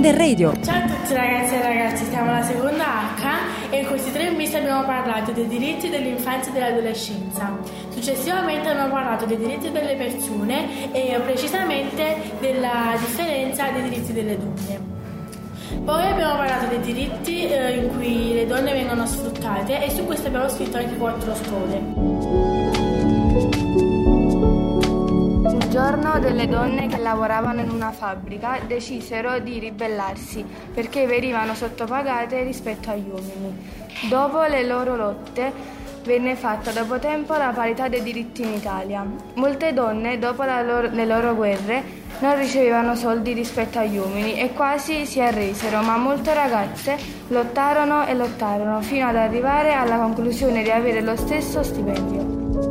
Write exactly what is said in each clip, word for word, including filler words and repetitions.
Internet Radio. Ciao a tutti ragazzi e ragazzi, siamo alla seconda H e in questi tre mesi abbiamo parlato dei diritti dell'infanzia e dell'adolescenza. Successivamente abbiamo parlato dei diritti delle persone e precisamente della differenza dei diritti delle donne. Poi abbiamo parlato dei diritti eh, in cui le donne vengono sfruttate e su questo abbiamo scritto anche quattro storie. Un giorno delle donne che lavoravano in una fabbrica decisero di ribellarsi perché venivano sottopagate rispetto agli uomini. Dopo le loro lotte venne fatta dopo tempo la parità dei diritti in Italia. Molte donne, dopo la loro, le loro guerre, non ricevevano soldi rispetto agli uomini e quasi si arresero, ma molte ragazze lottarono e lottarono fino ad arrivare alla conclusione di avere lo stesso stipendio.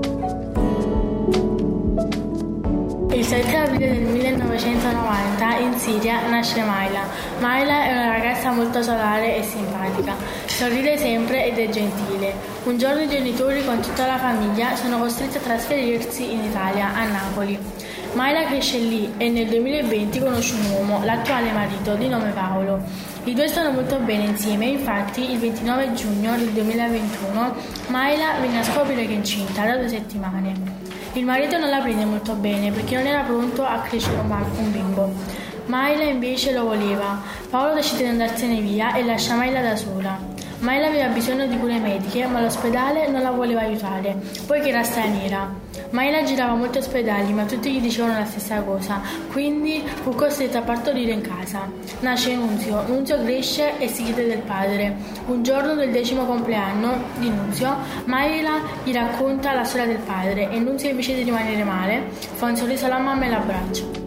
Il sette aprile del millenovecentonovanta in Siria nasce Mayla. Mayla è una ragazza molto solare e simpatica, sorride sempre ed è gentile. Un giorno i genitori con tutta la famiglia sono costretti a trasferirsi in Italia, a Napoli. Mayla cresce lì e nel duemilaventi conosce un uomo, l'attuale marito, di nome Paolo. I due stanno molto bene insieme, infatti il ventinove giugno del duemilaventuno Mayla viene a scoprire che è incinta da due settimane. Il marito non la prende molto bene perché non era pronto a crescere un bimbo. Mayla invece lo voleva. Paolo decide di andarsene via e lascia Mayla da sola. Mayla aveva bisogno di cure mediche, ma l'ospedale non la voleva aiutare, poiché era straniera. Mayla girava a molti ospedali, ma tutti gli dicevano la stessa cosa, quindi fu costretta a partorire in casa. Nasce Nunzio, Nunzio cresce e si chiede del padre. Un giorno del decimo compleanno di Nunzio, Mayla gli racconta la storia del padre e Nunzio, invece di rimanere male, fa un sorriso alla mamma e l'abbraccia.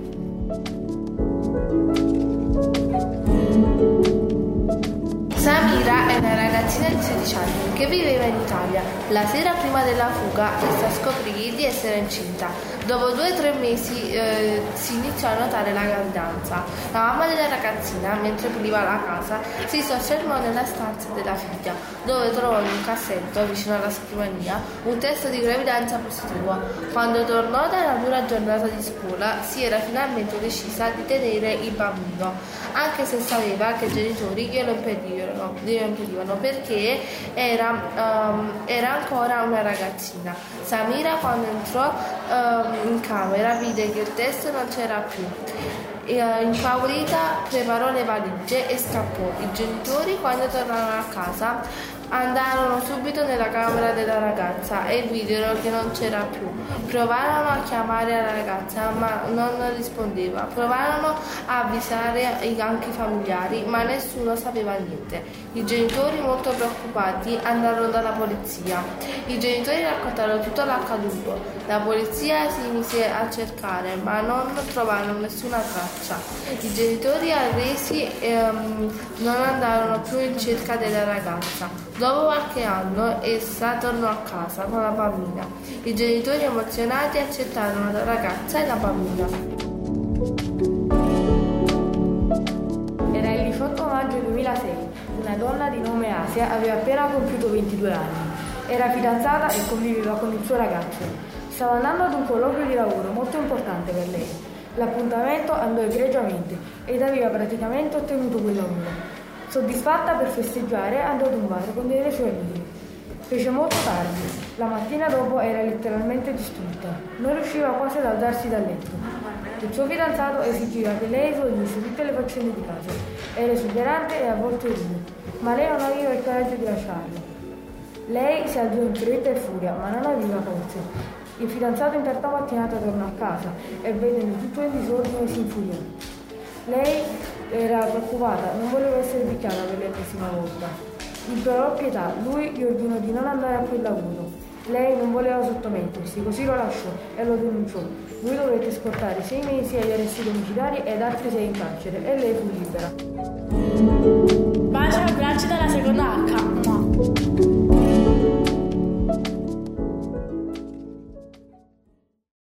Samira è una ragazzina di sedici anni che viveva in Italia. La sera prima della fuga resta scoprì di essere incinta. Dopo due o tre mesi eh, si iniziò a notare la gravidanza. La mamma della ragazzina, mentre puliva la casa, si soffermò nella stanza della figlia, dove trovò in un cassetto vicino alla scrivania un test di gravidanza positivo. Quando tornò dalla dura giornata di scuola, si era finalmente decisa di tenere il bambino, anche se sapeva che i genitori glielo impedivano, glielo impedivano perché era, um, era ancora una ragazzina. Samira, quando entrò um, in camera, vide che il test non c'era più. E, uh, impaurita preparò le valigie e scappò. I genitori, quando tornarono a casa, andarono subito nella camera della ragazza e videro che non c'era più. Provarono a chiamare la ragazza, ma non rispondeva. Provarono a avvisare anche i familiari, ma nessuno sapeva niente. I genitori, molto preoccupati, andarono dalla polizia. I genitori raccontarono tutto l'accaduto. La polizia si mise a cercare, ma non trovarono nessuna traccia. I genitori, arresi, ehm, non andarono più in cerca della ragazza. Dopo qualche anno essa tornò a casa con la bambina. I genitori, emozionati, accettarono la ragazza e la bambina. Era il diciotto maggio duemilasei. Una donna di nome Asia aveva appena compiuto ventidue anni. Era fidanzata e conviveva con il suo ragazzo. Stava andando ad un colloquio di lavoro molto importante per lei. L'appuntamento andò egregiamente ed aveva praticamente ottenuto quel lavoro. Soddisfatta, per festeggiare, andò ad un bar con delle sue amiche. Fece molto tardi. La mattina dopo era letteralmente distrutta. Non riusciva quasi ad alzarsi dal letto. Il suo fidanzato esigiva che lei svolgesse tutte le faccende di casa. Era esuberante e a volte rude, ma lei non aveva il coraggio di lasciarlo. Lei si alzò in fretta e furia, ma non aveva forze. Il fidanzato in tarda mattinata tornò a casa e, vedendo tutto in disordine, si infuriò. Lei era preoccupata, non voleva essere picchiata per l'ennesima volta. Implorò pietà, lui gli ordinò di non andare a quel lavoro. Lei non voleva sottomettersi, così lo lasciò e lo denunciò. Lui dovette scontare sei mesi agli arresti domiciliari ed altri sei in carcere e lei fu libera. Baci e abbracci dalla seconda H.